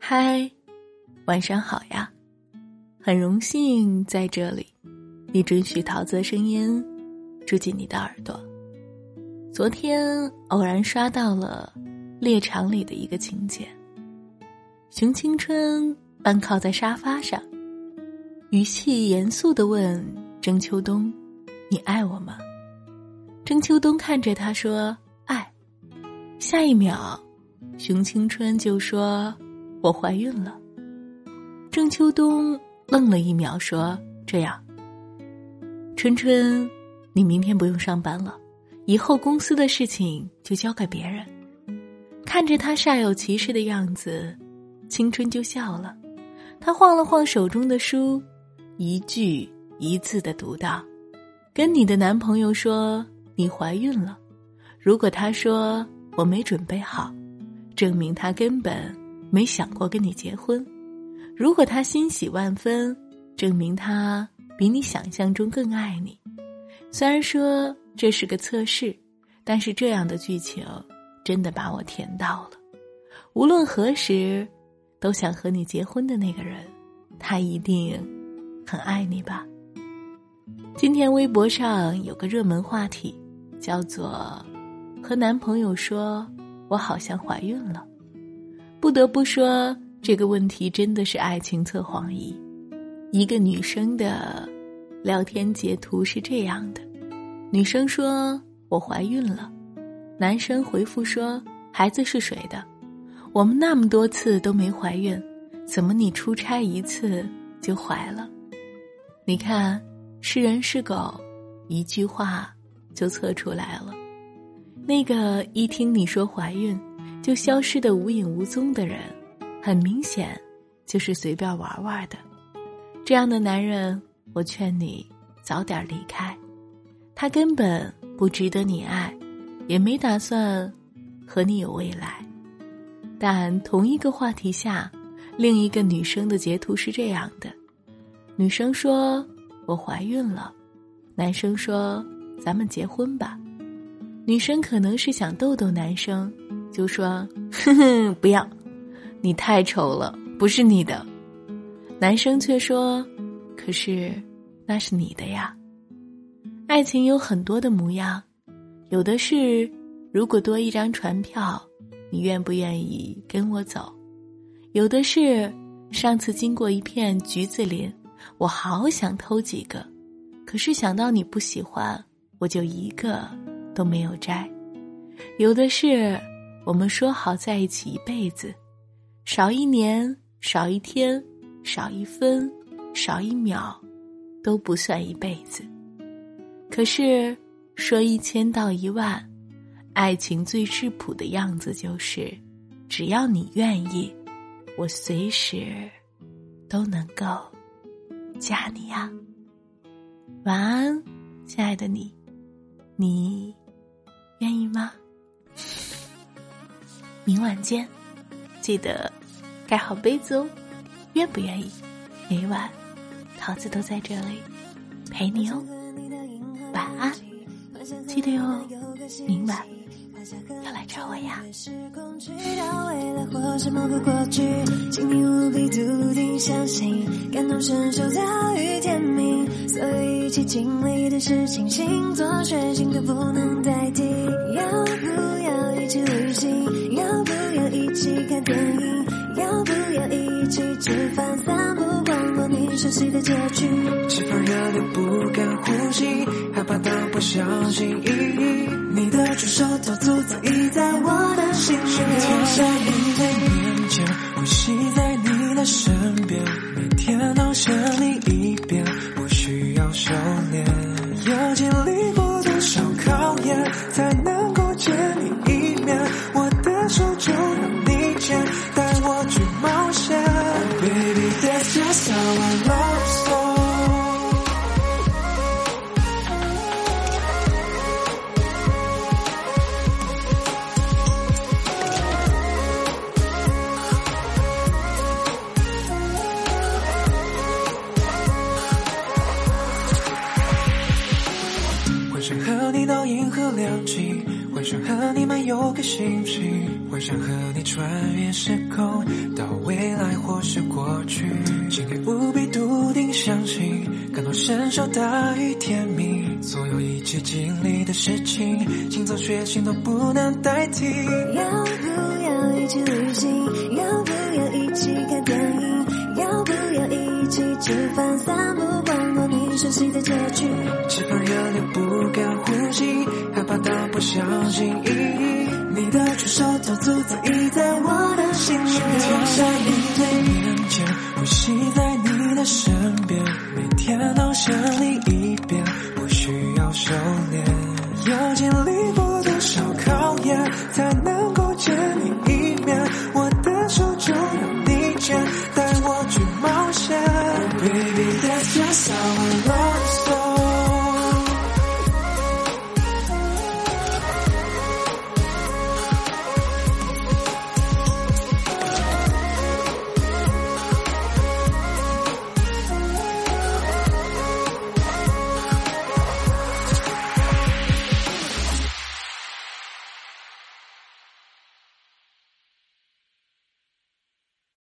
嗨，晚上好呀！很荣幸在这里，你准许桃子的声音住进你的耳朵。昨天偶然刷到了猎场里的一个情节，熊青春半靠在沙发上，语气严肃地问郑秋冬：“你爱我吗？”郑秋冬看着他说：“爱。”下一秒，熊青春就说：“我怀孕了。”郑秋冬愣了一秒说：“这样，春春，你明天不用上班了，以后公司的事情就交给别人。”看着他煞有其事的样子，青春就笑了。他晃了晃手中的书，一句一字地读道：“跟你的男朋友说你怀孕了，如果他说我没准备好，证明他根本没想过跟你结婚。如果他欣喜万分，证明他比你想象中更爱你。虽然说这是个测试，但是这样的剧情真的把我甜到了。无论何时都想和你结婚的那个人，他一定很爱你吧。”今天微博上有个热门话题，叫做和男朋友说我好像怀孕了。不得不说，这个问题真的是爱情测谎仪。一个女生的聊天截图是这样的，女生说我怀孕了，男生回复说孩子是谁的？我们那么多次都没怀孕，怎么你出差一次就怀了？你看，是人是狗，一句话就测出来了。那个一听你说怀孕就消失得无影无踪的人，很明显就是随便玩玩的。这样的男人，我劝你早点离开，他根本不值得你爱，也没打算和你有未来。但同一个话题下，另一个女生的截图是这样的，女生说我怀孕了，男生说咱们结婚吧。女生可能是想逗逗男生，就说哼哼，不要，你太丑了，不是你的。男生却说，可是那是你的呀。爱情有很多的模样，有的是如果多一张船票，你愿不愿意跟我走？有的是上次经过一片橘子林，我好想偷几个，可是想到你不喜欢，我就一个都没有摘。有的是我们说好在一起一辈子，少一年，少一天，少一分，少一秒，都不算一辈子。可是说1000到1万，爱情最质朴的样子就是，只要你愿意，我随时都能够嫁你呀。晚安，亲爱的你，你愿意吗？明晚见，记得盖好被子哦。愿不愿意？每晚桃子都在这里陪你哦。晚安，记得哟，明晚要来找我呀。 未来或是某个过去，请你务必笃定相信，感同身受早已天明。所以一起经历的事情，星座选星都不能代替。要不要一起旅行？要不要一起看电影？要不要一起吃饭散步逛过你熟悉的街区？ 吃饭有点不敢呼吸，害怕到不小心翼翼，你的举手投足早已在我的心里。天在你的面前，呼吸在你的身边，每天都想你一遍，不需要修炼。要经历过多少考验，才能够见你一面？我的手就让你牵，带我去冒险。Baby, that's just our love song。幻想和你到银河亮起，幻想和你漫游个星期，幻想和你穿越时空到未来。 或是过去，请你务必笃定相信，感同身受大于甜蜜，所有一起经历的事情，请走血性都不能代替。 要不要一起旅行？要不要一起看电影？要不要一起吃饭散步逛过你熟悉的街区？ 吃饭热流不敢呼吸，害怕到不相信意义，你的出手早足早已在我的心里。天下你最面前，呼吸在你的身边，每天都想你一遍，不需要修炼，要经历过多少考验，才能够见你一面，我的手就让你牵，带我去冒险。 Baby that's just how I love